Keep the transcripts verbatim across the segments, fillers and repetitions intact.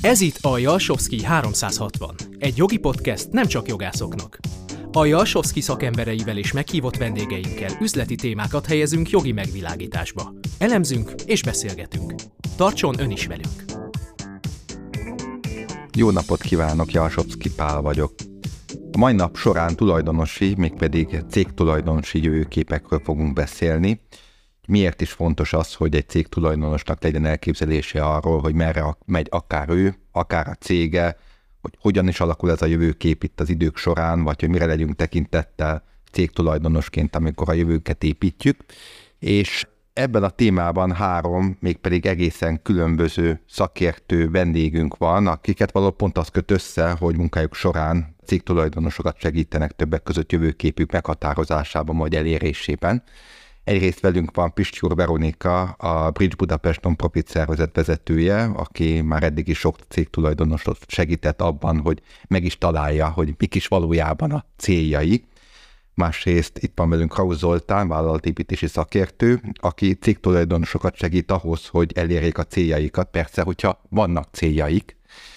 Ez itt a Jalsovszky háromszázhatvan, egy jogi podcast nem csak jogászoknak. A Jalsovszky szakembereivel és meghívott vendégeinkkel üzleti témákat helyezünk jogi megvilágításba. Elemzünk és beszélgetünk. Tartson ön is velünk! Jó napot kívánok, Jalsovszky Pál vagyok. A mai nap során tulajdonosi, mégpedig cégtulajdonosi jövőképekről fogunk beszélni. Miért is fontos az, hogy egy cégtulajdonosnak legyen elképzelése arról, hogy merre megy akár ő, akár a cége, hogy hogyan is alakul ez a jövőkép itt az idők során, vagy hogy mire legyünk tekintettel cégtulajdonosként, amikor a jövőket építjük. És ebben a témában három, mégpedig egészen különböző szakértő vendégünk van, akiket való pont az köt össze, hogy munkájuk során cégtulajdonosokat segítenek többek között jövőképük meghatározásában vagy elérésében. Egyrészt velünk van Pistyúr Veronika, a Bridge Budapest non-profit szervezet vezetője, aki már eddig is sok cégtulajdonosot segített abban, hogy meg is találja, hogy mik is valójában a céljai. Másrészt itt van velünk Krausz Zoltán, vállalatépítési szakértő, aki cégtulajdonosokat segít ahhoz, hogy elérjék a céljaikat, persze, hogyha vannak céljaik.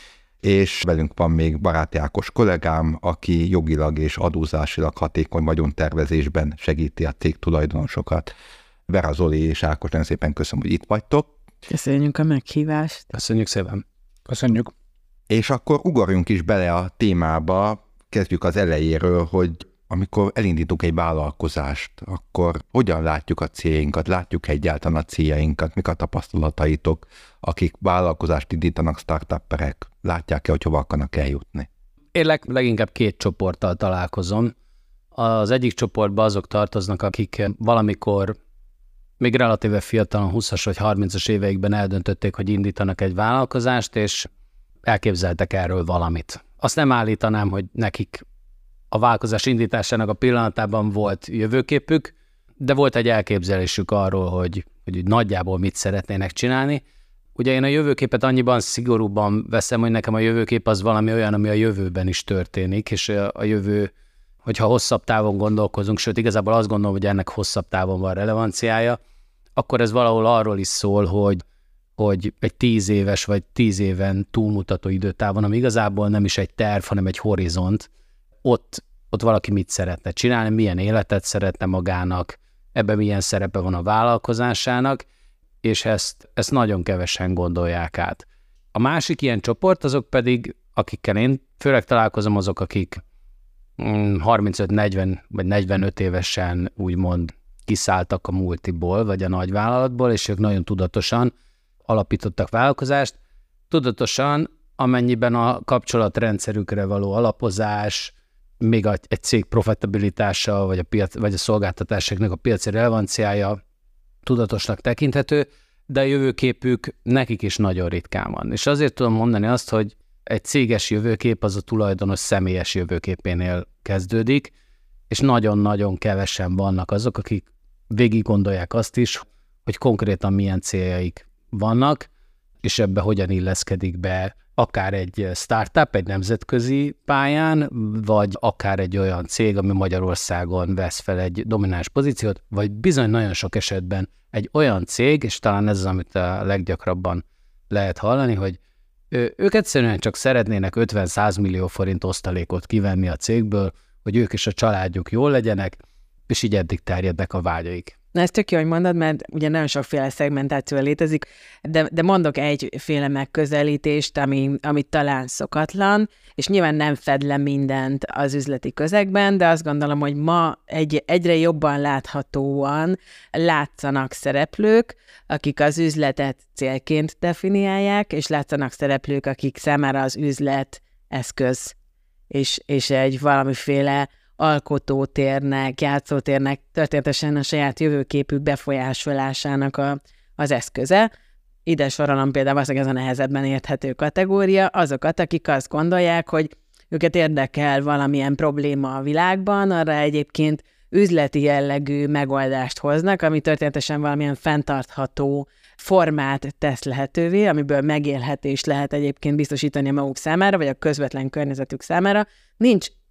És velünk van még Baráti Ákos kollégám, aki jogilag és adózásilag hatékony vagyontervezésben segíti a cégtulajdonosokat. Vera, Zoli és Ákos, nagyon szépen köszönöm, hogy itt vagytok. Köszönjük a meghívást. Köszönjük szépen. Köszönjük. És akkor ugorjunk is bele a témába, kezdjük az elejéről, hogy amikor elindítunk egy vállalkozást, akkor hogyan látjuk a céljainkat, látjuk egyáltalán a céljainkat, mik a tapasztalataitok, akik vállalkozást indítanak, startupperek, látják-e, hogy hova akarnak eljutni? Én leg, leginkább két csoporttal találkozom. Az egyik csoportban azok tartoznak, akik valamikor még relatíve fiatalon, húszas vagy harmincas éveikben eldöntötték, hogy indítanak egy vállalkozást, és elképzeltek erről valamit. Azt nem állítanám, hogy nekik a vállalkozás indításának a pillanatában volt jövőképük, de volt egy elképzelésük arról, hogy, hogy nagyjából mit szeretnének csinálni. Ugye én a jövőképet annyiban szigorúban veszem, hogy nekem a jövőkép az valami olyan, ami a jövőben is történik, és a jövő, hogyha hosszabb távon gondolkozunk, sőt igazából azt gondolom, hogy ennek hosszabb távon van relevanciája, akkor ez valahol arról is szól, hogy, hogy egy tíz éves vagy tíz éven túlmutató időtávon, ami igazából nem is egy terv, hanem egy horizont, Ott, ott valaki mit szeretne csinálni, milyen életet szeretne magának, ebben milyen szerepe van a vállalkozásának, és ezt, ezt nagyon kevesen gondolják át. A másik ilyen csoport azok pedig, akikkel én főleg találkozom, azok, akik harmincöt negyven vagy negyvenöt évesen úgymond kiszálltak a multiból, vagy a nagyvállalatból, és ők nagyon tudatosan alapítottak vállalkozást. Tudatosan, amennyiben a kapcsolatrendszerükre való alapozás, még egy cég profitabilitása, vagy a, piac, vagy a szolgáltatásoknak a piaci relevanciája tudatosnak tekinthető, de a jövőképük nekik is nagyon ritkán van. És azért tudom mondani azt, hogy egy céges jövőkép az a tulajdonos személyes jövőképénél kezdődik, és nagyon-nagyon kevesen vannak azok, akik végig gondolják azt is, hogy konkrétan milyen céljaik vannak, és ebbe hogyan illeszkedik be akár egy startup, egy nemzetközi pályán, vagy akár egy olyan cég, ami Magyarországon vesz fel egy domináns pozíciót, vagy bizony nagyon sok esetben egy olyan cég, és talán ez az, amit a leggyakrabban lehet hallani, hogy ők egyszerűen csak szeretnének ötven-száz millió forint osztalékot kivenni a cégből, hogy ők és a családjuk jól legyenek, és így eddig terjednek a vágyaik. Na, ez tök jó, hogy mondod, mert ugye nagyon sokféle szegmentáció létezik, de, de mondok egyféle megközelítést, ami, ami talán szokatlan, és nyilván nem fed le mindent az üzleti közegben, de azt gondolom, hogy ma egy, egyre jobban láthatóan látszanak szereplők, akik az üzletet célként definiálják, és látszanak szereplők, akik számára az üzlet eszköz, és, és egy valamiféle alkotótérnek, játszótérnek, történetesen a saját jövőképük befolyásolásának a, az eszköze. Ide sorolom például az, ez a nehezebben érthető kategória, azokat, akik azt gondolják, hogy őket érdekel valamilyen probléma a világban, arra egyébként üzleti jellegű megoldást hoznak, ami történetesen valamilyen fenntartható formát tesz lehetővé, amiből megélhetést lehet egyébként biztosítani a maguk számára, vagy a közvetlen környezetük számára. Nincs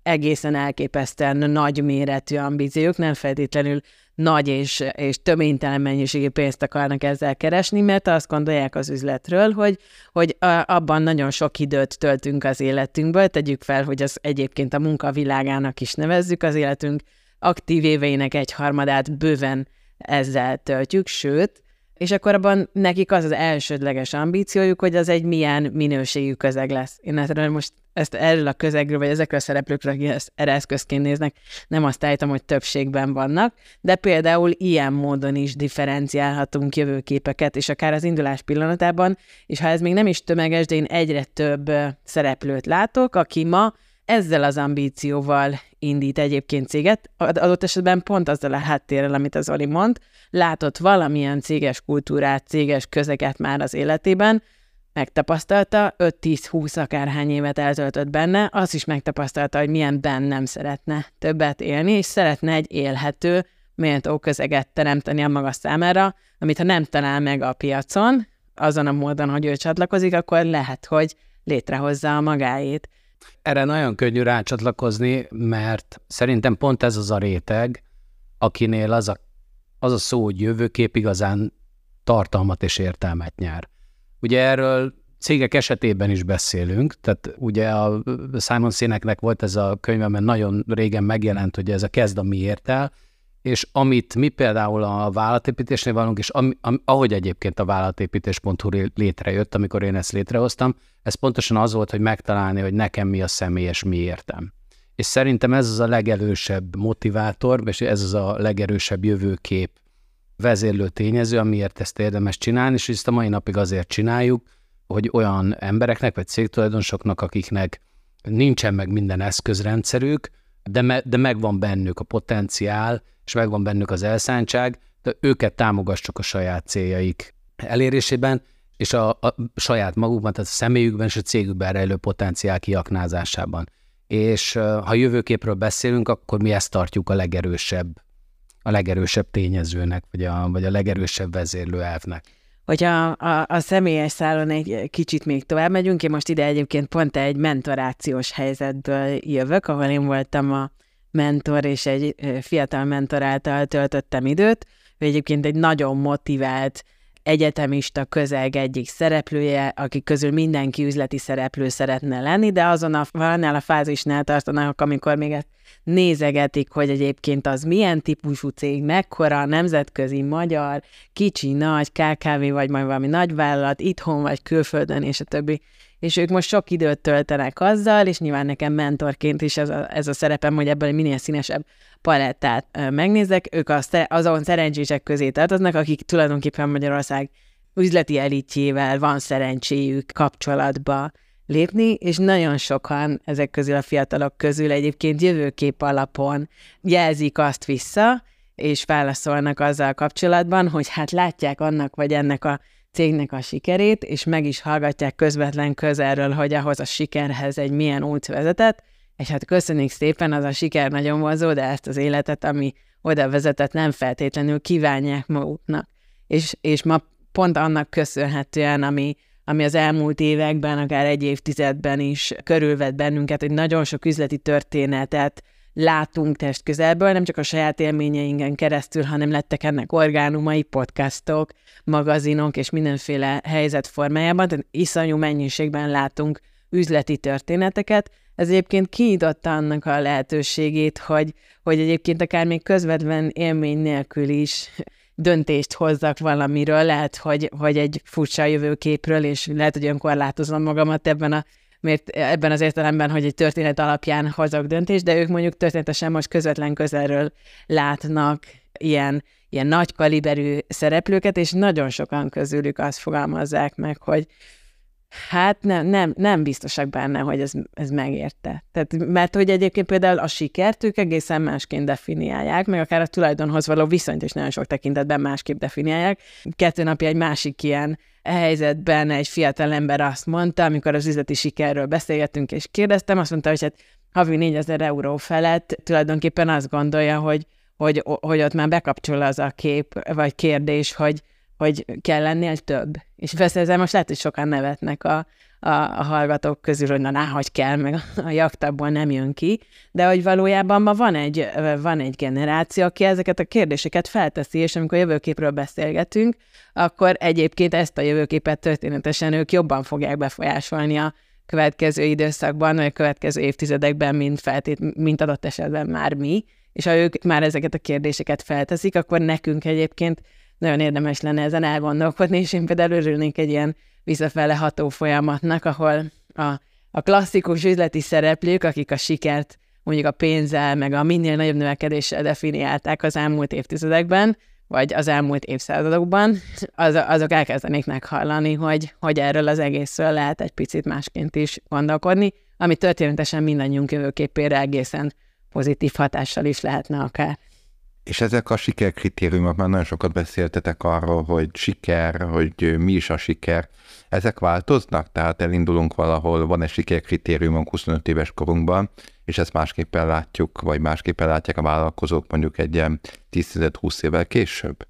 egészen elképesztően nagy méretű ambíciók, nem feltétlenül nagy és, és töménytelen mennyiségű pénzt akarnak ezzel keresni, mert azt gondolják az üzletről, hogy, hogy abban nagyon sok időt töltünk az életünkből, tegyük fel, hogy az egyébként a munkavilágának is nevezzük, az életünk aktív éveinek egyharmadát bőven ezzel töltjük, sőt, és akkor abban nekik az az elsődleges ambíciójuk, hogy az egy milyen minőségű közeg lesz. Én erről most ezt erről a közegről, vagy ezekről a szereplőkről, akik ezt erre eszközként néznek, nem azt állítom, hogy többségben vannak, de például ilyen módon is differenciálhatunk jövőképeket, és akár az indulás pillanatában, és ha ez még nem is tömeges, de én egyre több szereplőt látok, aki ma ezzel az ambícióval indít egyébként céget, adott esetben pont azzal a háttérrel, amit az Zoli mond, látott valamilyen céges kultúrát, céges közeget már az életében, megtapasztalta, öt-tíz-húsz akárhány évet eltöltött benne, azt is megtapasztalta, hogy milyenben nem szeretne többet élni, és szeretne egy élhető, méltó közeget teremteni a maga számára, amit ha nem talál meg a piacon, azon a módon, hogy ő csatlakozik, akkor lehet, hogy létrehozza a magáét. Erre nagyon könnyű rácsatlakozni, mert szerintem pont ez az a réteg, akinél az a, az a szó, hogy jövőkép igazán tartalmat és értelmet nyer. Ugye erről cégek esetében is beszélünk, tehát ugye a Simon Sineknek volt ez a könyve, mert nagyon régen megjelent, hogy ez a kezd a miérttel, és amit mi például a vállalatépítésnél vagyunk, és ami, am, ahogy egyébként a vállalatépítés pont hu létrejött, amikor én ezt létrehoztam, ez pontosan az volt, hogy megtalálni, hogy nekem mi a személyes miértem. És szerintem ez az a legerősebb motivátor, és ez az a legerősebb jövőkép vezérlő tényező, amiért ezt érdemes csinálni, és ezt a mai napig azért csináljuk, hogy olyan embereknek, vagy cégtulajdonosoknak, akiknek nincsen meg minden eszközrendszerük, de, me, de megvan bennük a potenciál, és megvan bennük az elszántság, de őket támogassuk a saját céljaik elérésében, és a, a saját magukban, tehát a személyükben és a cégükben rejlő potenciál kiaknázásában. És ha jövőképről beszélünk, akkor mi ezt tartjuk a legerősebb, a legerősebb tényezőnek, vagy a, vagy a legerősebb vezérlő elvnek. Hogyha a, a személyes szálon egy kicsit még tovább megyünk, én most ide egyébként pont egy mentorációs helyzetből jövök, ahol én voltam a mentor, és egy fiatal mentor által töltöttem időt, ő egyébként egy nagyon motivált egyetemista közeg egyik szereplője, akik közül mindenki üzleti szereplő szeretne lenni, de azon a, annál a fázisnál tartanak, amikor még ezt nézegetik, hogy egyébként az milyen típusú cég, mekkora, nemzetközi, magyar, kicsi, nagy, ká ká vé, vagy majd valami nagyvállalat, itthon vagy külföldön, és a többi. És ők most sok időt töltenek azzal, és nyilván nekem mentorként is ez a, ez a szerepem, hogy ebből minél színesebb palettát megnézek. Ők az, azon szerencsések közé tartoznak, akik tulajdonképpen Magyarország üzleti elitjével van szerencséjük kapcsolatba lépni, és nagyon sokan ezek közül a fiatalok közül egyébként jövőkép alapon jelzik azt vissza, és válaszolnak azzal kapcsolatban, hogy hát látják annak vagy ennek a cégnek a sikerét, és meg is hallgatják közvetlen közelről, hogy ahhoz a sikerhez egy milyen út vezetett, és hát köszönjük szépen, az a siker nagyon vonzó, de ezt az életet, ami oda vezetett, nem feltétlenül kívánják maguknak. És, és ma pont annak köszönhetően, ami, ami az elmúlt években, akár egy évtizedben is körülvett bennünket, hogy nagyon sok üzleti történetet látunk testközelből, nem csak a saját élményeinken keresztül, hanem lettek ennek orgánumai, podcastok, magazinok és mindenféle helyzet formájában, tehát iszonyú mennyiségben látunk üzleti történeteket. Ez egyébként kinyitotta annak a lehetőségét, hogy, hogy egyébként akár még közvetlen élmény nélkül is döntést hozzak valamiről, lehet, hogy, hogy egy furcsa jövőképről, és lehet, hogy önkorlátozom magamat ebben a mert ebben az értelemben, hogy egy történet alapján hozok döntést, de ők mondjuk történetesen most közvetlen közelről látnak ilyen, ilyen nagy kaliberű szereplőket, és nagyon sokan közülük azt fogalmazzák meg, hogy hát nem, nem, nem biztosak benne, hogy ez, ez megérte. Tehát, mert hogy egyébként például a sikert ők egészen másként definiálják, meg akár a tulajdonhoz való viszonyt is nagyon sok tekintetben másképp definiálják. Kettő napja egy másik ilyen helyzetben egy fiatal ember azt mondta, amikor az üzleti sikerről beszélgettünk, és kérdeztem, azt mondta, hogy hát havi négyezer euró felett tulajdonképpen azt gondolja, hogy, hogy, hogy ott már bekapcsol az a kép, vagy kérdés, hogy, hogy kell lennél több. És persze ezzel most lehet, hogy sokan nevetnek a, a, a hallgatók közül, hogy na, hogy kell, meg a jaktabból nem jön ki, de hogy valójában ma van egy, van egy generáció, aki ezeket a kérdéseket felteszi, és amikor jövőképről beszélgetünk, akkor egyébként ezt a jövőképet történetesen ők jobban fogják befolyásolni a következő időszakban, vagy a következő évtizedekben, mint, feltét, mint adott esetben már mi, és ha ők már ezeket a kérdéseket felteszik, akkor nekünk egyébként nagyon érdemes lenne ezen elgondolkodni, és én például örülnék egy ilyen visszafele ható folyamatnak, ahol a, a klasszikus üzleti szereplők, akik a sikert mondjuk a pénzzel, meg a minél nagyobb növekedéssel definiálták az elmúlt évtizedekben, vagy az elmúlt évszázadokban, az, azok elkezdenék meghallani, hogy, hogy erről az egészről lehet egy picit másként is gondolkodni, ami történetesen mindannyiunk jövőképére egészen pozitív hatással is lehetne akár. És ezek a sikerkritériumok, már nagyon sokat beszéltetek arról, hogy siker, hogy mi is a siker. Ezek változnak? Tehát elindulunk valahol, van egy sikerkritériumunk huszonöt éves korunkban, és ezt másképpen látjuk, vagy másképpen látják a vállalkozók mondjuk egy ilyen tíz-húsz évvel később?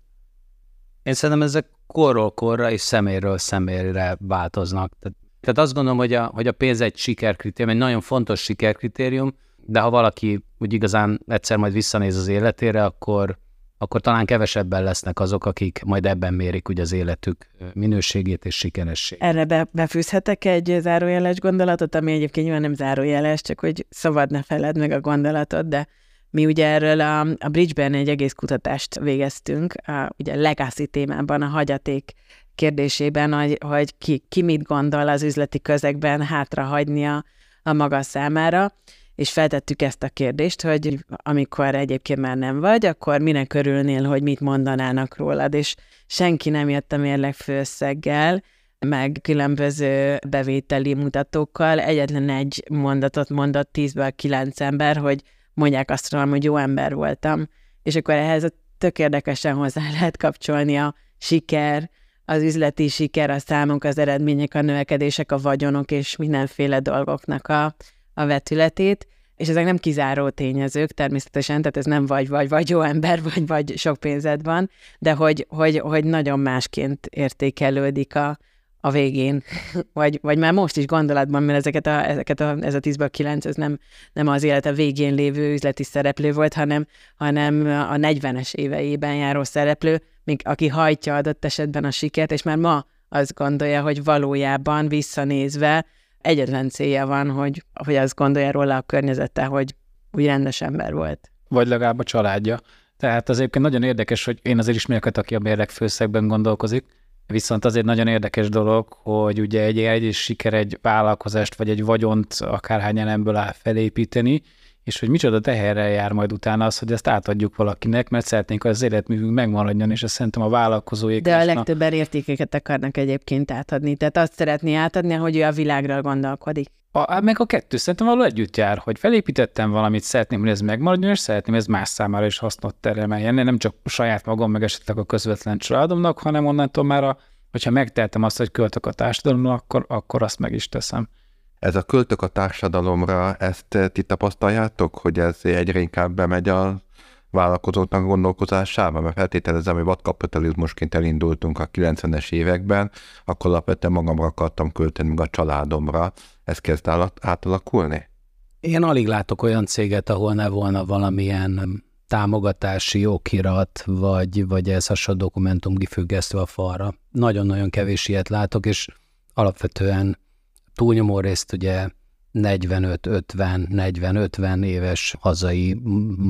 Én szerintem ezek korról korra és személyről személyre változnak. Tehát, tehát azt gondolom, hogy a, hogy a pénz egy sikerkritérium, egy nagyon fontos sikerkritérium, de ha valaki úgy igazán egyszer majd visszanéz az életére, akkor, akkor talán kevesebben lesznek azok, akik majd ebben mérik ugye az életük minőségét és sikerességét. Erre be, befűzhetek egy zárójeles gondolatot, ami egyébként nyilván nem zárójeles, csak hogy szabad ne feled meg a gondolatot, de mi ugye erről a, a Bridge-ben egy egész kutatást végeztünk, a, ugye a legacy témában, a hagyaték kérdésében, hogy, hogy ki, ki mit gondol az üzleti közegben hátrahagyni a, a maga számára, és feltettük ezt a kérdést, hogy amikor egyébként már nem vagy, akkor minek örülnél, hogy mit mondanának rólad, és senki nem jött a mérleg főösszeggel, meg különböző bevételi mutatókkal, egyetlen egy mondatot mondott tízből kilenc ember, hogy mondják azt rólam, hogy jó ember voltam, és akkor ehhez tök érdekesen hozzá lehet kapcsolni a siker, az üzleti siker, a számok, az eredmények, a növekedések, a vagyonok és mindenféle dolgoknak a a vetületét, és ezek nem kizáró tényezők természetesen, tehát ez nem vagy, vagy, vagy jó ember, vagy, vagy sok pénzed van, de hogy, hogy, hogy nagyon másként értékelődik a, a végén, vagy, vagy már most is gondolatban, mert ezeket a, ezeket a, ez a tízből kilenc, ez nem, nem az élete végén lévő üzleti szereplő volt, hanem, hanem a negyvenes éveiben járó szereplő, még aki hajtja adott esetben a sikert, és már ma azt gondolja, hogy valójában visszanézve egyetlen célja van, hogy, hogy azt gondolja róla a környezete, hogy úgy rendes ember volt. Vagy legalább a családja. Tehát az egyébként nagyon érdekes, hogy én azért ismerek, aki a mérleg főszegben gondolkozik, viszont azért nagyon érdekes dolog, hogy ugye egy, egy siker egy vállalkozást, vagy egy vagyont akárhány elemből áll felépíteni, és hogy micsoda teherrel jár majd utána az, hogy ezt átadjuk valakinek, mert szeretnénk, hogy az életművünk megmaradjon, és ezt szerintem a vállalkozóik... De a legtöbben értékeket akarnak egyébként átadni, tehát azt szeretné átadni, hogy ő a világról gondolkodik. A, meg a kettő szerintem való együtt jár, hogy felépítettem valamit, szeretném, hogy ez megmaradjon, és szeretném, hogy ez más számára is hasznot termeljen, nem csak saját magam, meg esetleg a közvetlen családomnak, hanem onnantól már, a, hogyha megtehetem azt, hogy költök a társadalomra, akkor, akkor azt meg is teszem. Ez a költök a társadalomra, ezt ti tapasztaljátok, hogy ez egyre inkább bemegy a vállalkozóknak gondolkozásába? Mert feltételezem, hogy vadkapitalizmusként elindultunk a kilencvenes években, akkor alapvetően magamra akartam költeni, meg a családomra. Ez kezd átalakulni? Én alig látok olyan céget, ahol ne volna valamilyen támogatási okirat, vagy, vagy ez a dokumentum kifüggesztve a falra. Nagyon-nagyon kevés ilyet látok, és alapvetően túlnyomó részt ugye negyvenöt ötven negyven ötven éves hazai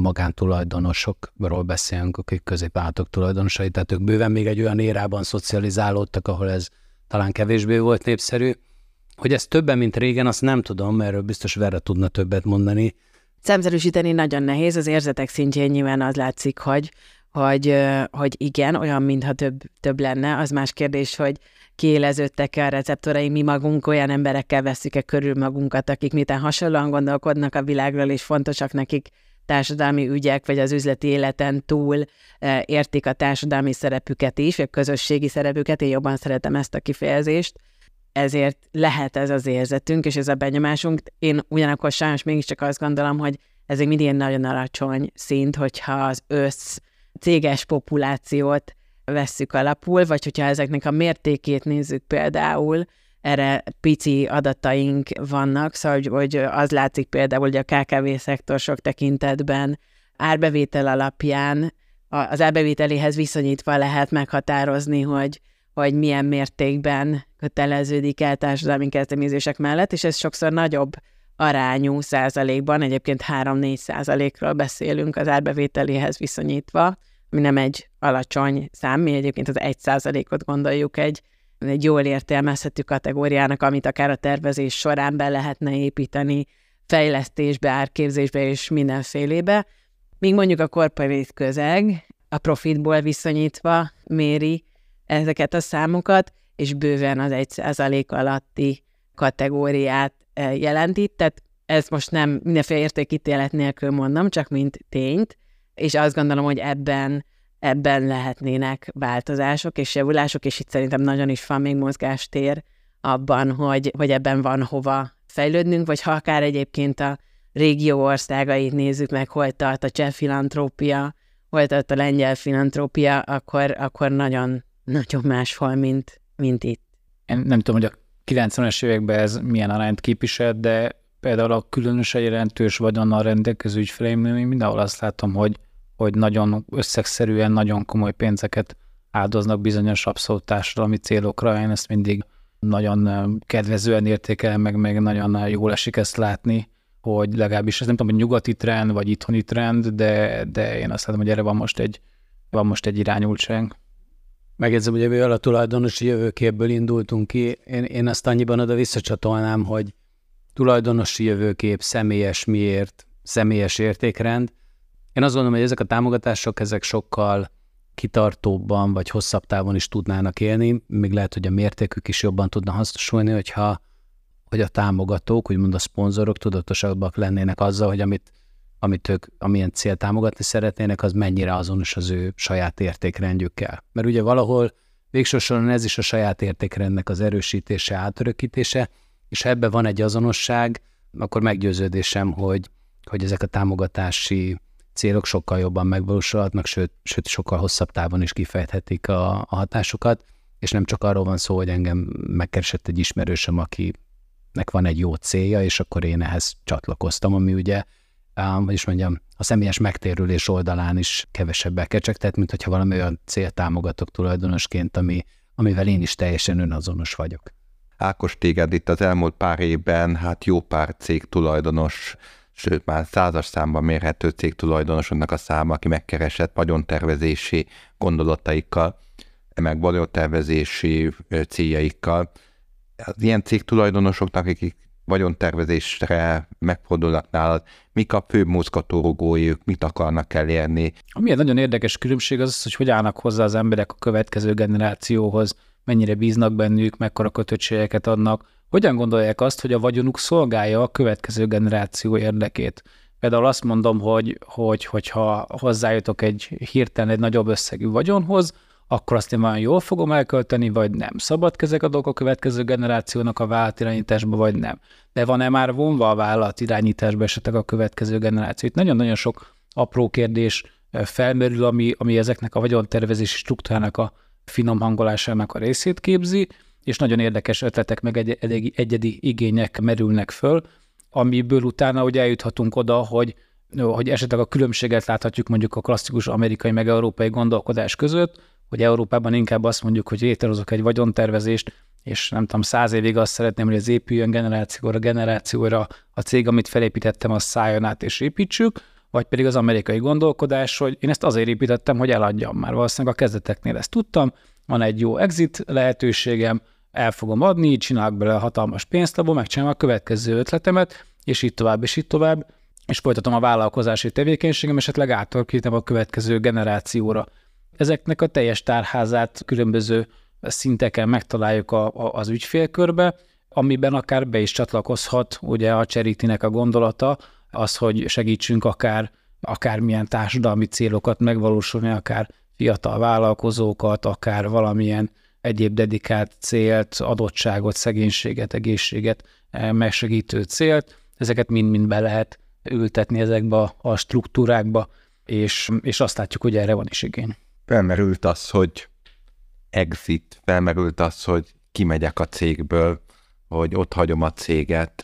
magántulajdonosokról beszélünk, akik középvállalatok tulajdonosai, tehát ők bőven még egy olyan érában szocializálódtak, ahol ez talán kevésbé volt népszerű. Hogy ez többen, mint régen, azt nem tudom, erről biztos Vera tudna többet mondani. Szemszerűsíteni nagyon nehéz, az érzetek szintjén nyilván az látszik, hogy, hogy, hogy igen, olyan, mintha több, több lenne. Az más kérdés, hogy kiéleződtek-e a receptorai, mi magunk olyan emberekkel vesszük-e körül magunkat, akik miután hasonlóan gondolkodnak a világról, és fontosak nekik társadalmi ügyek, vagy az üzleti életen túl e, értik a társadalmi szerepüket is, vagy a közösségi szerepüket, én jobban szeretem ezt a kifejezést, ezért lehet ez az érzetünk, és ez a benyomásunk. Én ugyanakkor sajnos mégiscsak azt gondolom, hogy ez egy mindig nagyon alacsony szint, hogyha az össz céges populációt vesszük alapul, vagy hogyha ezeknek a mértékét nézzük például, erre pici adataink vannak, szóval hogy, hogy az látszik például, hogy a ká ká vé szektor sok tekintetben árbevétel alapján az árbevételéhez viszonyítva lehet meghatározni, hogy, hogy milyen mértékben köteleződik el társadalmi kezdeményezések mellett, és ez sokszor nagyobb arányú százalékban, egyébként három-négy százalékról beszélünk az árbevételéhez viszonyítva, ami nem egy alacsony szám, mi egyébként az egy százalékot gondoljuk egy, egy jól értelmezhető kategóriának, amit akár a tervezés során be lehetne építeni fejlesztésbe, árképzésbe és mindenfélébe. Míg mondjuk a corporate közeg a profitból viszonyítva méri ezeket a számokat, és bőven az egy százalék alatti kategóriát jelenti. Tehát ez most nem mindenféle értékítélet nélkül mondom, csak mint tényt, és azt gondolom, hogy ebben, ebben lehetnének változások és javulások, és itt szerintem nagyon is van még mozgástér abban, hogy, hogy ebben van hova fejlődnünk, vagy ha akár egyébként a régió országait nézzük meg, hol tart a cseh filantrópia, hol tart a lengyel filantrópia, akkor, akkor nagyon, nagyon máshol, mint, mint itt. Én nem tudom, hogy a kilencvenes években ez milyen arányt képviselt, de például a különösen jelentős vagyonnal rendelkező ügyfeleimnél mindenhol azt látom, hogy, hogy nagyon összegszerűen, nagyon komoly pénzeket áldoznak bizonyos abszolút társadalmi célokra. Én ezt mindig nagyon kedvezően értékelem, meg, meg nagyon jól esik ezt látni, hogy legalábbis ez nem tudom, hogy nyugati trend, vagy itthoni trend, de, de én azt látom, hogy erre van most egy, van most egy irányultság. Megjegyzem, hogy mivel a tulajdonosi jövőképből indultunk ki, én, én azt annyiban oda visszacsatolnám, hogy tulajdonosi jövőkép, személyes miért, személyes értékrend. Én azt gondolom, hogy ezek a támogatások, ezek sokkal kitartóbban, vagy hosszabb távon is tudnának élni, még lehet, hogy a mértékük is jobban tudna hasznosulni, hogyha hogy a támogatók, úgymond a szponzorok tudatosabbak lennének azzal, hogy amit, amit ők, amilyen cél támogatni szeretnének, az mennyire azonos az ő saját értékrendjükkel. Mert ugye valahol végső soron ez is a saját értékrendnek az erősítése, átörökítése, és ha ebben van egy azonosság, akkor meggyőződésem, hogy, hogy ezek a támogatási célok sokkal jobban megvalósulhatnak, sőt, sőt sokkal hosszabb távon is kifejthetik a, a hatásokat, és nem csak arról van szó, hogy engem megkeresett egy ismerősöm, akinek van egy jó célja, és akkor én ehhez csatlakoztam, ami ugye, hogy is mondjam, a személyes megtérülés oldalán is kevesebben kecsegtet, mint hogyha valami olyan célt támogatok tulajdonosként, ami, amivel én is teljesen önazonos vagyok. Ákos, téged itt az elmúlt pár évben hát jó pár cég tulajdonos, sőt már százas számban mérhető cég tulajdonosoknak a száma, aki megkeresett vagyontervezési gondolataikkal, meg vagyontervezési céljaikkal. Az ilyen cég tulajdonosoknak, akik vagyontervezésre megfordulnak nálad, mik a fő mozgatórugójuk, mit akarnak elérni? Ami egy nagyon érdekes különbség az az, hogy hogy állnak hozzá az emberek a következő generációhoz, mennyire bíznak bennük, mekkora kötöttségeket adnak, hogyan gondolják azt, hogy a vagyonuk szolgálja a következő generáció érdekét. Például azt mondom, hogy, hogy hogyha hozzájutok egy hirtelen egy nagyobb összegű vagyonhoz, akkor azt én olyan jól fogom elkölteni, vagy nem. Szabad kezek adok a következő generációnak a vállalatirányításba, vagy nem. De van-e már vonva a vállalatirányításba esetleg a következő generáció? Itt nagyon-nagyon sok apró kérdés felmerül, ami, ami ezeknek a vagyontervezési struktúrának a finom hangolásának a részét képzi, és nagyon érdekes ötletek meg egy, egy, egyedi igények merülnek föl, amiből utána ugye eljuthatunk oda, hogy, hogy esetleg a különbséget láthatjuk mondjuk a klasszikus amerikai meg európai gondolkodás között, hogy Európában inkább azt mondjuk, hogy létrehozok egy vagyontervezést, és nem tudom, száz évig azt szeretném, hogy az épüljön generációra, generációra a cég, amit felépítettem, az szálljon át és építsük, vagy pedig az amerikai gondolkodás, hogy én ezt azért építettem, hogy eladjam. Már valószínűleg a kezdeteknél ezt tudtam, van egy jó exit lehetőségem, el fogom adni, csinálok bele hatalmas pénzt, abból megcsinálom a következő ötletemet, és így tovább, és így tovább, és folytatom a vállalkozási tevékenységem, esetleg átalakítom a következő generációra. Ezeknek a teljes tárházát különböző szinteken megtaláljuk a, a, az ügyfélkörbe, amiben akár be is csatlakozhat ugye a Charity-nek a gondolata, az, hogy segítsünk akár, akármilyen társadalmi célokat megvalósulni, akár fiatal vállalkozókat, akár valamilyen egyéb dedikált célt, adottságot, szegénységet, egészséget megsegítő célt. Ezeket mind-mind be lehet ültetni ezekbe a struktúrákba, és, és azt látjuk, hogy erre van is igény. Felmerült az, hogy exit, felmerült az, hogy kimegyek a cégből. hogy ott hagyom a céget.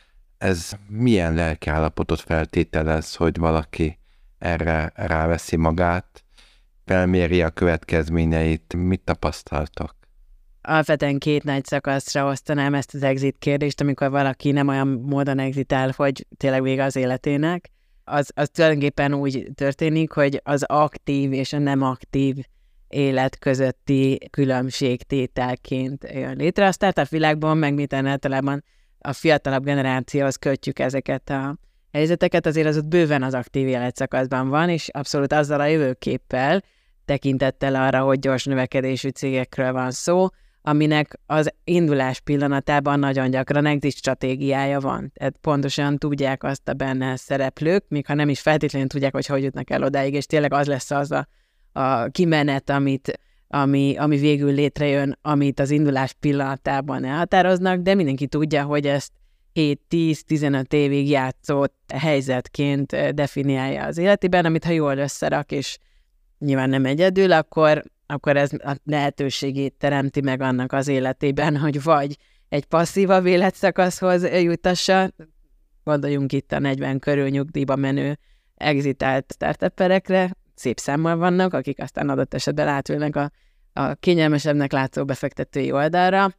Ez milyen lelkiállapotot feltételez, hogy valaki erre ráveszi magát, felméri a következményeit, mit tapasztaltak? Alapvetően két nagy szakaszra osztanám ezt az exit kérdést, amikor valaki nem olyan módon exitál, hogy tényleg vége az életének. Az, az tulajdonképpen úgy történik, hogy az aktív és a nem aktív élet közötti különbségtételként jön létre. A startup világban meg minden általában a fiatalabb generációhoz kötjük ezeket a helyzeteket, azért az ott bőven az aktív életszakaszban van, és abszolút azzal a jövőképpel, tekintettel arra, hogy gyors növekedésű cégekről van szó, aminek az indulás pillanatában nagyon gyakran exit stratégiája van. Tehát pontosan tudják azt a benne szereplők, még ha nem is feltétlenül tudják, hogy hogy jutnak el odáig, és tényleg az lesz az a, a kimenet, amit, ami, ami végül létrejön, amit az indulás pillanatában elhatároznak, de mindenki tudja, hogy ezt hét-tíz-tizenöt évig játszott helyzetként definiálja az életében, amit ha jól összerak, és nyilván nem egyedül, akkor, akkor ez a lehetőségét teremti meg annak az életében, hogy vagy egy passzívabb életszakaszhoz jutassa, gondoljunk itt a negyven körül nyugdíjba menő exitált startupperekre, szép számmal vannak, akik aztán adott esetben átülnek a, a kényelmesebbnek látszó befektetői oldalra,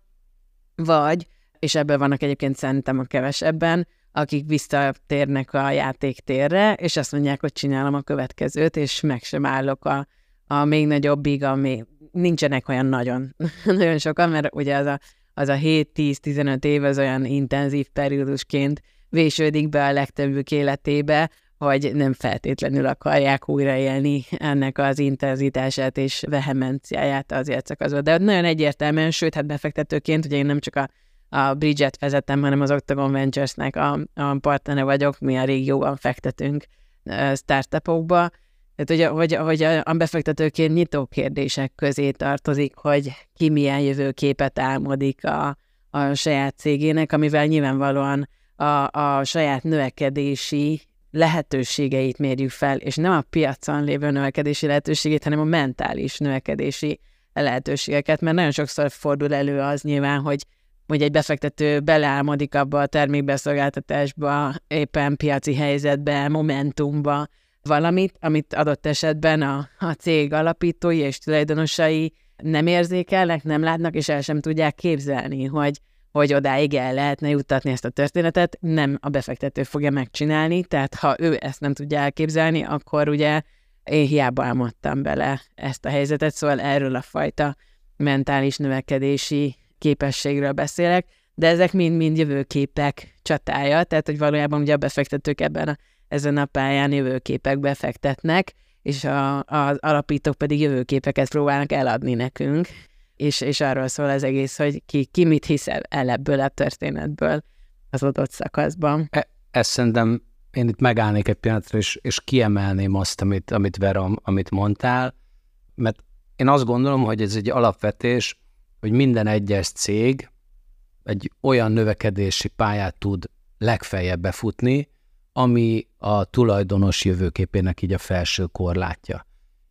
vagy, és ebből vannak egyébként szerintem a kevesebben, akik visszatérnek a játéktérre, és azt mondják, hogy csinálom a következőt, és meg sem állok a, a még nagyobbig, ami nincsenek olyan nagyon, nagyon sokan, mert ugye az a, az a hét-tíz-tizenöt év az olyan intenzív periódusként vésődik be a legtöbbük életébe, hogy nem feltétlenül akarják újraélni ennek az intenzitását és vehemenciáját az életszakaszban. De nagyon egyértelműen, sőt, hát befektetőként, ugye én nem csak a a Bridget vezetem, hanem az Octagon Ventures-nek a, a partnere vagyok, mi a régióban fektetünk uh, startupokba. Tehát, hogy, hogy, hogy a befektetőként nyitó kérdések közé tartozik, hogy ki milyen jövőképet álmodik a, a saját cégének, amivel nyilvánvalóan a, a saját növekedési lehetőségeit mérjük fel, és nem a piacon lévő növekedési lehetőségét, hanem a mentális növekedési lehetőségeket, mert nagyon sokszor fordul elő az nyilván, hogy hogy egy befektető beleálmodik abba a termékbeszolgáltatásba, éppen piaci helyzetbe, momentumba valamit, amit adott esetben a, a cég alapítói és tulajdonosai nem érzékelnek, nem látnak, és el sem tudják képzelni, hogy, hogy odáig el lehetne juttatni ezt a történetet, nem a befektető fogja megcsinálni, tehát ha ő ezt nem tudja elképzelni, akkor ugye én hiába álmodtam bele ezt a helyzetet, szóval erről a fajta mentális növekedési képességről beszélek, de ezek mind-mind jövőképek csatája, tehát hogy valójában ugye a befektetők ebben a, ezen a pályán jövőképekbe fektetnek, és a, az alapítók pedig jövőképeket próbálnak eladni nekünk, és, és arról szól az egész, hogy ki, ki mit hisz el ebből a történetből az adott szakaszban. E, ezt szerintem én itt megállnék egy pillanatra, és, és kiemelném azt, amit, amit Vera, amit mondtál, mert én azt gondolom, hogy ez egy alapvetés, hogy minden egyes cég egy olyan növekedési pályát tud legfeljebb befutni, ami a tulajdonos jövőképének így a felső korlátja.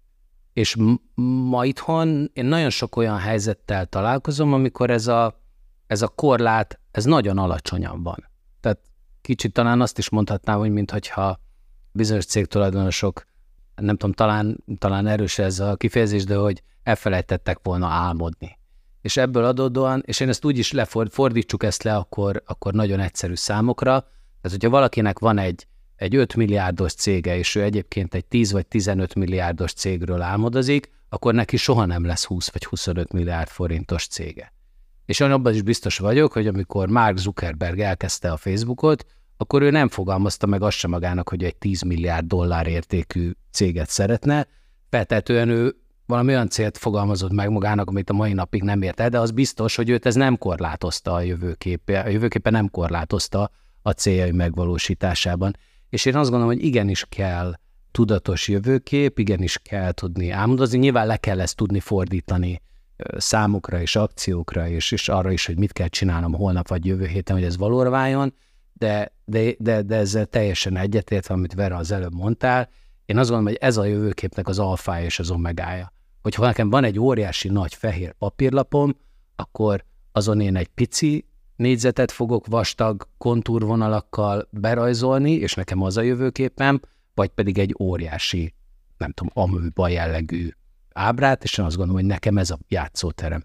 És ma itthon én nagyon sok olyan helyzettel találkozom, amikor ez a, ez a korlát, ez nagyon alacsonyan van. Tehát kicsit talán azt is mondhatnám, hogy minthogyha bizonyos cégtulajdonosok, nem tudom, talán, talán erős ez a kifejezés, de hogy elfelejtettek volna álmodni. És ebből adódóan, és én ezt úgy is lefordítsuk ezt le, akkor, akkor nagyon egyszerű számokra. Tehát, hogyha valakinek van egy, egy öt milliárdos cége, és ő egyébként egy tíz vagy tizenöt milliárdos cégről álmodozik, akkor neki soha nem lesz húsz vagy huszonöt milliárd forintos cége. És én abban is biztos vagyok, hogy amikor Mark Zuckerberg elkezdte a Facebookot, akkor ő nem fogalmazta meg azt sem magának, hogy egy tíz milliárd dollár értékű céget szeretne. Feltehetően ő valami olyan célt fogalmazott meg magának, amit a mai napig nem ért el, de az biztos, hogy őt ez nem korlátozta a jövőképe, a jövőképe nem korlátozta a céljai megvalósításában. És én azt gondolom, hogy igenis kell tudatos jövőkép, igenis kell tudni álmodozni, nyilván le kell ezt tudni fordítani számokra és akciókra, és, és arra is, hogy mit kell csinálnom holnap vagy jövő héten, hogy ez valóra váljon, de, de, de, de ezzel teljesen egyetértve, amit Vera az előbb mondtál, én azt gondolom, hogy ez a jövőképnek az alfája és az omegája. Hogyha nekem van egy óriási nagy fehér papírlapom, akkor azon én egy pici négyzetet fogok vastag kontúrvonalakkal berajzolni, és nekem az a jövőképem, vagy pedig egy óriási, nem tudom, amőba jellegű ábrát, és én azt gondolom, hogy nekem ez a játszóterem.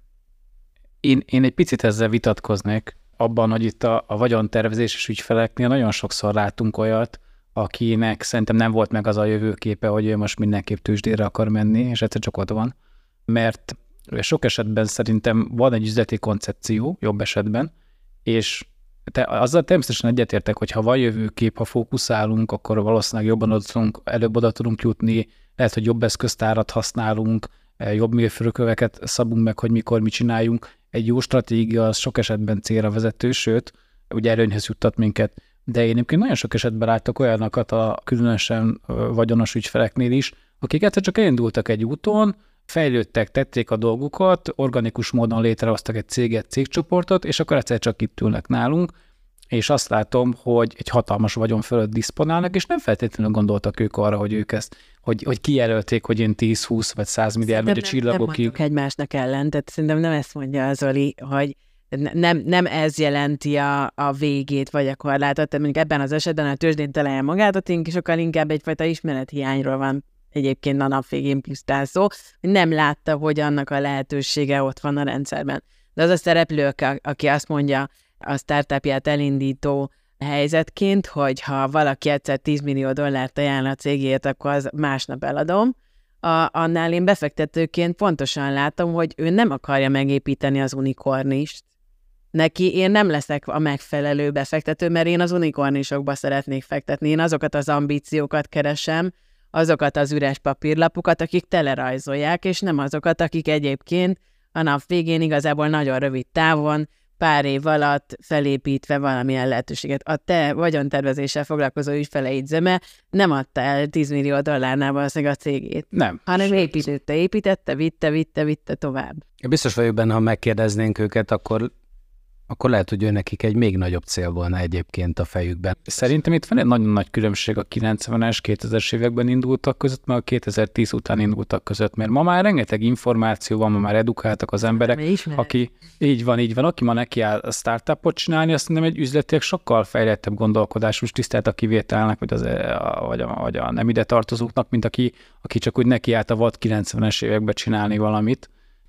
Én, én egy picit ezzel vitatkoznék abban, hogy itt a, a vagyontervezéses ügyfeleknél nagyon sokszor látunk olyat, akinek szerintem nem volt meg az a jövőképe, hogy ő most mindenképp tőzsdére akar menni, és egyszer csak ott van. Mert sok esetben szerintem van egy üzleti koncepció, jobb esetben, és te, azzal természetesen egyetértek, hogy ha van jövőkép, ha fókuszálunk, akkor valószínűleg jobban oda tudunk, előbb oda tudunk jutni, lehet, hogy jobb eszköztárat használunk, jobb mérföldköveket szabunk meg, hogy mikor mit csináljunk. Egy jó stratégia az sok esetben célra vezető, sőt, ugye előnyhöz juttat minket. De én egyébként nagyon sok esetben láttak olyanokat a különösen vagyonos ügyfeleknél is, akik egyszer csak elindultak egy úton, fejlődtek, tették a dolgukat, organikus módon létrehoztak egy céget, cégcsoportot, és akkor egyszer csak itt ülnek nálunk, és azt látom, hogy egy hatalmas vagyon fölött diszponálnak, és nem feltétlenül gondoltak ők arra, hogy ők ezt, hogy, hogy kijelölték, hogy én tíz, húsz vagy száz milliárd, vagy a csillagokig. Nem mondok egymásnak ellen, tehát szerintem nem ezt mondja az Zoli, hogy nem, nem ez jelenti a, a végét, vagy a korlátot, tehát mondjuk ebben az esetben a tőzsdén találja magát, a sokkal inkább egyfajta ismerethiányról van egyébként a nap végén pusztán szó, nem látta, hogy annak a lehetősége ott van a rendszerben. De az a szereplő, aki azt mondja a startupját elindító helyzetként, hogy ha valaki egyszer tíz millió dollárt ajánl a cégért, akkor az másnap eladom, a, annál én befektetőként pontosan látom, hogy ő nem akarja megépíteni az unikornist. Neki én nem leszek a megfelelő befektető, mert én az unikornisokba szeretnék fektetni. Én azokat az ambíciókat keresem, azokat az üres papírlapokat, akik telerajzolják, és nem azokat, akik egyébként a nap végén igazából nagyon rövid távon, pár év alatt felépítve valamilyen lehetőséget. A te vagyontervezéssel foglalkozó ügyfeleid zöme nem adta el tíz millió dollárnál valószínűleg a cégét. Nem. Hanem építette, építette, vitte, vitte, vitte tovább. Én biztos vagyok benne, ha megkérdeznénk őket, akkor akkor lehet, hogy ő nekik egy még nagyobb cél volna egyébként a fejükben. Szerintem itt van egy nagyon nagy különbség a kilencvenes, kétezres években indultak között, meg a kétezer-tíz után indultak között, mert ma már rengeteg információ van, ma már edukáltak az emberek, aki így van, így van, aki ma neki áll a startupot csinálni, azt nem egy üzletileg sokkal fejlettebb gondolkodású, tisztelt a kivételnek, vagy, az, vagy, a, vagy a nem ide tartozóknak, mint aki, aki csak úgy neki állt a vad kilencvenes években csinálni valamit.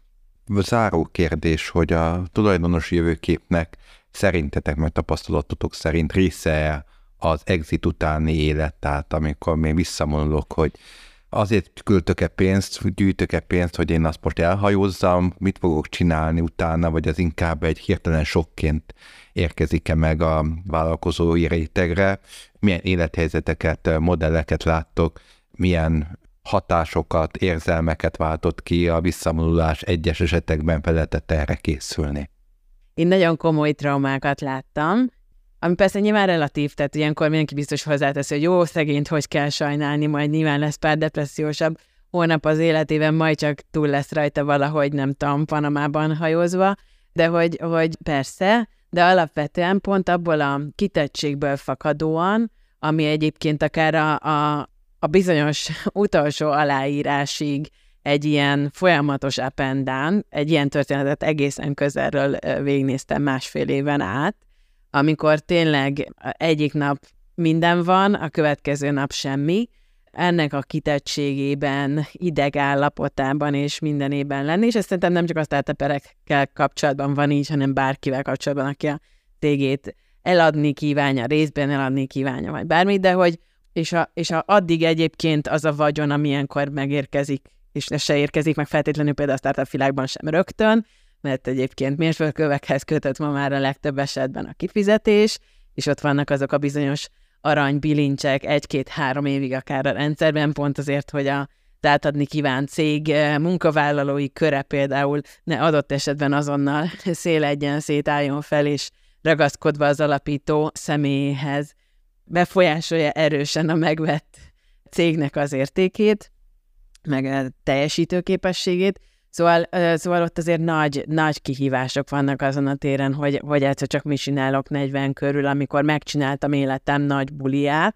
Záró kérdés, hogy a tulajdonosi jövőképnek szerintetek, meg tapasztalatotok szerint része az exit utáni élet, tehát amikor még visszamondok, hogy azért költök-e pénzt, gyűjtök-e pénzt, hogy én azt most elhajózzam, mit fogok csinálni utána, vagy az inkább egy hirtelen sokként érkezik-e meg a vállalkozói rétegre, milyen élethelyzeteket, modelleket láttok, milyen hatásokat, érzelmeket váltott ki a visszamondulás, egyes esetekben fel lehetett erre készülni. Én nagyon komoly traumákat láttam, ami persze nyilván relatív, tehát ilyenkor mindenki biztos hozzáteszi, hogy jó, szegényt hogy kell sajnálni, majd nyilván lesz pár depressziósabb hónap az életében, majd csak túl lesz rajta valahogy, nem tudom, Panamában hajózva, de hogy, hogy persze, de alapvetően pont abból a kitettségből fakadóan, ami egyébként akár a, a a bizonyos utolsó aláírásig egy ilyen folyamatos up and down, egy ilyen történetet egészen közelről végignéztem másfél éven át, amikor tényleg egyik nap minden van, a következő nap semmi, ennek a kitettségében, idegállapotában és mindenében lenni, és ezt szerintem nem csak a startuperekkel kapcsolatban van így, hanem bárkivel kapcsolatban, aki a cégét eladni kívánja, részben eladni kívánja, vagy bármit, de hogy és, a, és a, addig egyébként az a vagyon, ami ilyenkor megérkezik, és se érkezik meg feltétlenül például a startup világban sem rögtön, mert egyébként mérföldkövekhez kötött ma már a legtöbb esetben a kifizetés, és ott vannak azok a bizonyos aranybilincsek egy-két-három évig akár a rendszerben, pont azért, hogy a átadni kívánt cég munkavállalói köre például ne adott esetben azonnal szélegyen szétálljon fel, és ragaszkodva az alapító személyéhez befolyásolja erősen a megvett cégnek az értékét, meg a teljesítőképességét. Szóval, szóval ott azért nagy, nagy kihívások vannak azon a téren, hogy, hogy egyszer csak mi csinálok negyven körül, amikor megcsináltam életem nagy buliát,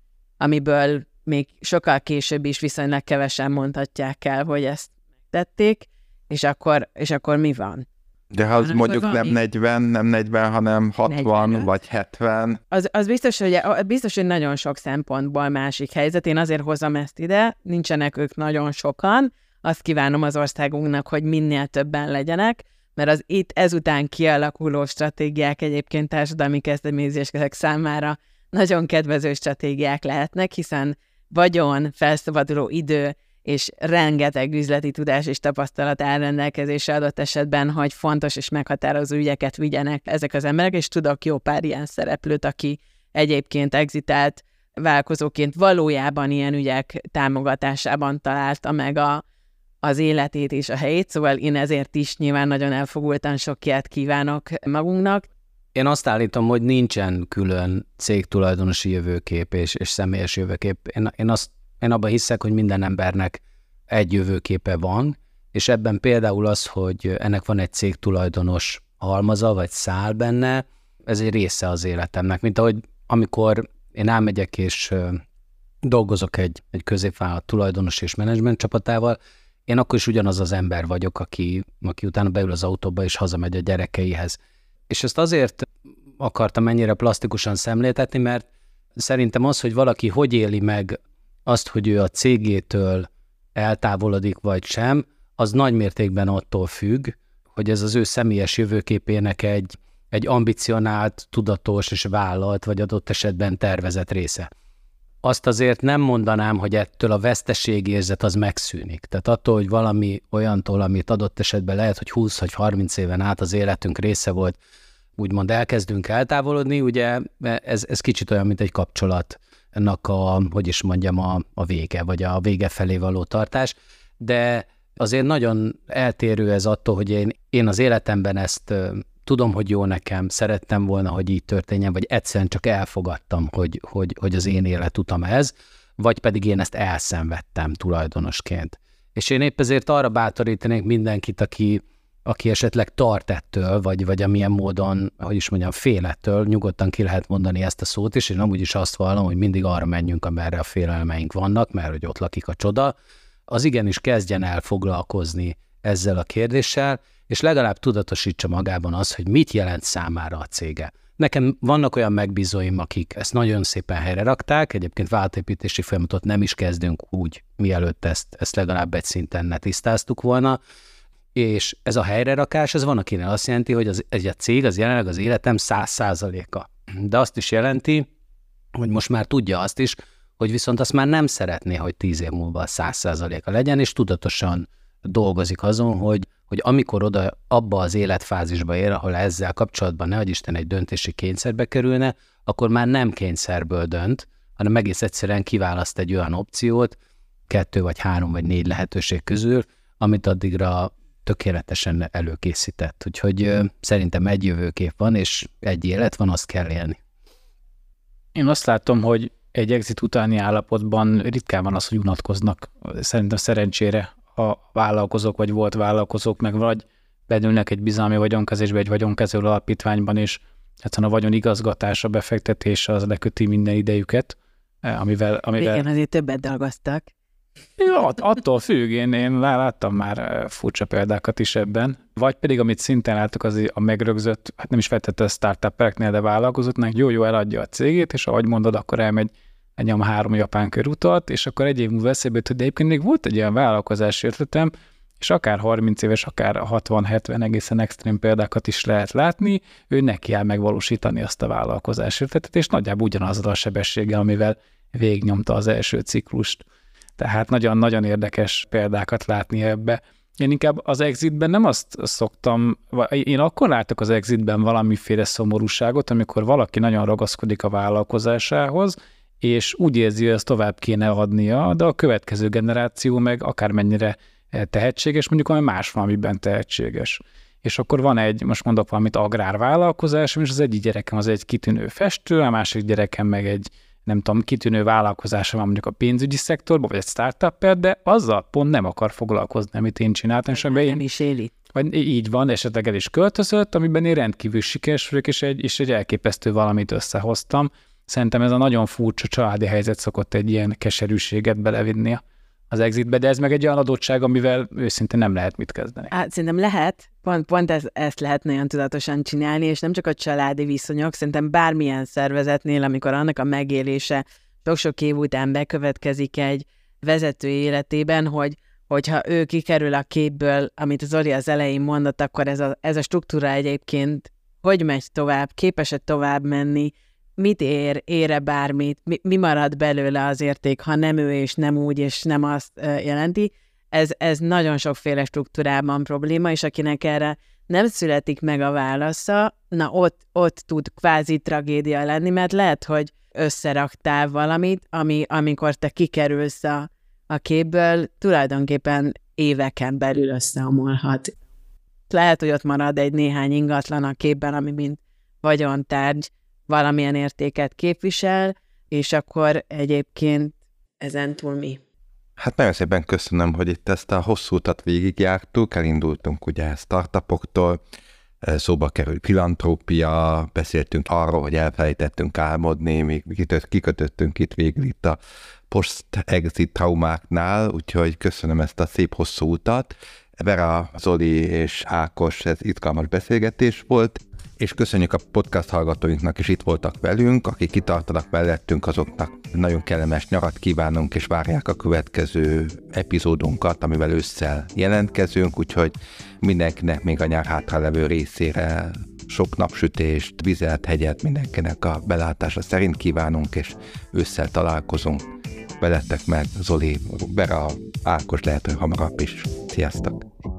amiből még sokkal később is viszonylag kevesen mondhatják el, hogy ezt megtették, és akkor, és akkor mi van? De ha az Akkor mondjuk van- nem negyven, nem negyven, hanem hatvan negyven. vagy hetven. Az, az biztos, hogy, biztos, hogy nagyon sok szempontból másik helyzet. Én azért hozom ezt ide, nincsenek ők nagyon sokan. Azt kívánom az országunknak, hogy minél többen legyenek, mert az itt ezután kialakuló stratégiák egyébként társadalmi kezdeményezések számára nagyon kedvező stratégiák lehetnek, hiszen vagyon, felszabaduló idő és rengeteg üzleti tudás és tapasztalat áll rendelkezésre adott esetben, hogy fontos és meghatározó ügyeket vigyenek ezek az emberek, és tudok jó pár ilyen szereplőt, aki egyébként exitált vállalkozóként valójában ilyen ügyek támogatásában találta meg a, az életét és a helyét, szóval én ezért is nyilván nagyon elfogultan sok ilyet kívánok magunknak. Én azt állítom, hogy nincsen külön cégtulajdonosi jövőkép és, és személyes jövőkép. Én, én, azt, én abban hiszek, hogy minden embernek egy jövőképe van, és ebben például az, hogy ennek van egy cégtulajdonos halmaza, vagy szál benne, ez egy része az életemnek. Mint ahogy amikor én elmegyek és dolgozok egy, egy középvállalat tulajdonos és menedzsment csapatával, én akkor is ugyanaz az ember vagyok, aki, aki utána beül az autóba és hazamegy a gyerekeihez. És ezt azért akartam ennyire plastikusan szemléltetni, mert szerintem az, hogy valaki hogy éli meg azt, hogy ő a cégétől eltávolodik vagy sem, az nagy mértékben attól függ, hogy ez az ő személyes jövőképének egy, egy ambicionált, tudatos és vállalt, vagy adott esetben tervezett része. Azt azért nem mondanám, hogy ettől a veszteségérzet az megszűnik. Tehát attól, hogy valami olyantól, amit adott esetben lehet, hogy húsz vagy harminc éven át az életünk része volt, úgymond elkezdünk eltávolodni, ugye ez, ez kicsit olyan, mint egy kapcsolatnak a, hogy is mondjam, a, a vége, vagy a vége felé való tartás, de azért nagyon eltérő ez attól, hogy én, én az életemben ezt tudom, hogy jó nekem, szerettem volna, hogy így történjen, vagy egyszerűen csak elfogadtam, hogy, hogy, hogy az én életutam ez, vagy pedig én ezt elszenvedtem tulajdonosként. És én épp ezért arra bátorítanék mindenkit, aki, aki esetleg tart ettől, vagy, vagy amilyen módon, hogy is mondjam, fél ettől, nyugodtan ki lehet mondani ezt a szót, és én amúgy is azt vallom, hogy mindig arra menjünk, amerre a félelmeink vannak, mert hogy ott lakik a csoda, az igenis kezdjen el foglalkozni ezzel a kérdéssel, és legalább tudatosítsa magában az, hogy mit jelent számára a cége. Nekem vannak olyan megbízóim, akik ezt nagyon szépen helyre rakták, egyébként vállalatépítési folyamatot nem is kezdünk úgy, mielőtt ezt, ezt legalább egy szinten ne tisztáztuk volna, és ez a helyrerakás, ez van, akinek azt jelenti, hogy az, egy a cég az jelenleg az életem száz százaléka. De azt is jelenti, hogy most már tudja azt is, hogy viszont azt már nem szeretné, hogy tíz év múlva száz százaléka legyen, és tudatosan dolgozik azon, hogy, hogy amikor oda abba az életfázisba ér, ahol ezzel kapcsolatban nehogy Isten egy döntési kényszerbe kerülne, akkor már nem kényszerből dönt, hanem egész egyszerűen kiválaszt egy olyan opciót, kettő vagy három vagy négy lehetőség közül, amit addigra tökéletesen előkészített. Úgyhogy ö, szerintem egy jövőkép van, és egy élet van, azt kell élni. Én azt látom, hogy egy exit utáni állapotban ritkán van az, hogy unatkoznak. Szerintem szerencsére a vállalkozók, vagy volt vállalkozók, meg vagy bedülnek egy bizalmi vagyonkezésbe, egy vagyonkezelő alapítványban, és egyszerűen a vagyon igazgatása, befektetése az leköti minden idejüket, amivel... amivel... Igen, azért többet dolgoztak. Ja, attól függ, én, én láttam már furcsa példákat is ebben. Vagy pedig, amit szintén láttuk, az a megrögzött, hát nem is feltétlenül a startupereknél, de vállalkozóknak jó-jó eladja a cégét, és ahogy mondod, akkor elmegy egy olyan három japán körutat, és akkor egy év múlva eszébe jut, de egyébként még volt egy olyan vállalkozási ötletem, és akár harminc éves, akár hatvan-hetven egészen extrém példákat is lehet látni, ő neki áll megvalósítani azt a vállalkozási ötletet, és nagyjából ugyanazzal a sebességgel, amivel végignyomta az első ciklust. Tehát nagyon-nagyon érdekes példákat látni ebbe. Én inkább az exitben nem azt szoktam, én akkor látok az exitben valamiféle szomorúságot, amikor valaki nagyon ragaszkodik a vállalkozásához, és úgy érzi, hogy ezt tovább kéne adnia, de a következő generáció meg akármennyire tehetséges, mondjuk ami más valamiben tehetséges. És akkor van egy, most mondok valamit, agrárvállalkozásom, és az egyik gyerekem az egy kitűnő festő, a másik gyerekem meg egy, nem tudom, kitűnő vállalkozása van mondjuk a pénzügyi szektorban, vagy egy startup-per, de azzal pont nem akar foglalkozni, amit én csináltam. És nem én, is éli. Vagy így van, esetleg el is költözött, amiben én rendkívül sikeres vagyok, és egy, és egy elképesztő valamit összehoztam. Szerintem ez a nagyon furcsa családi helyzet szokott egy ilyen keserűséget belevinni az exitbe, de ez meg egy olyan adottság, amivel őszintén nem lehet mit kezdeni. Hát szerintem lehet, pont, pont ez, ezt lehet nagyon tudatosan csinálni, és nem csak a családi viszonyok, szerintem bármilyen szervezetnél, amikor annak a megélése sok-sok év után bekövetkezik egy vezető életében, hogy hogyha ő kikerül a képből, amit az Zoli az elején mondott, akkor ez a, ez a struktúra egyébként hogy megy tovább, képes-e tovább menni, mit ér, ér-e bármit, mi, mi marad belőle az érték, ha nem ő és nem úgy, és nem azt jelenti. Ez, ez nagyon sokféle struktúrában probléma, és akinek erre nem születik meg a válasza, na ott, ott tud kvázi tragédia lenni, mert lehet, hogy összeraktál valamit, ami, amikor te kikerülsz a, a képből, tulajdonképpen éveken belül összeomolhat. Lehet, hogy ott marad egy néhány ingatlan a képben, ami mint vagyontárgy valamilyen értéket képvisel, és akkor egyébként ezentúl mi? Hát nagyon szépen köszönöm, hogy itt ezt a hosszú utat végigjártuk, elindultunk ugye startupoktól, szóba került filantrópia, beszéltünk arról, hogy elfelejtettünk álmodni, még kikötöttünk itt végül itt a post-exit traumáknál, úgyhogy köszönöm ezt a szép hosszú utat. Vera, Zoli és Ákos, ez izgalmas beszélgetés volt, és köszönjük a podcast hallgatóinknak is itt voltak velünk, akik kitartanak mellettünk, azoknak nagyon kellemes nyarat kívánunk, és várják a következő epizódunkat, amivel ősszel jelentkezünk, úgyhogy mindenkinek még a nyár hátralevő részére sok napsütést, vizet, hegyet mindenkinek a belátása szerint kívánunk, és ősszel találkozunk. Veletek meg Zoli, Vera, Ákos lehet, hogy hamarabb is. Sziasztok!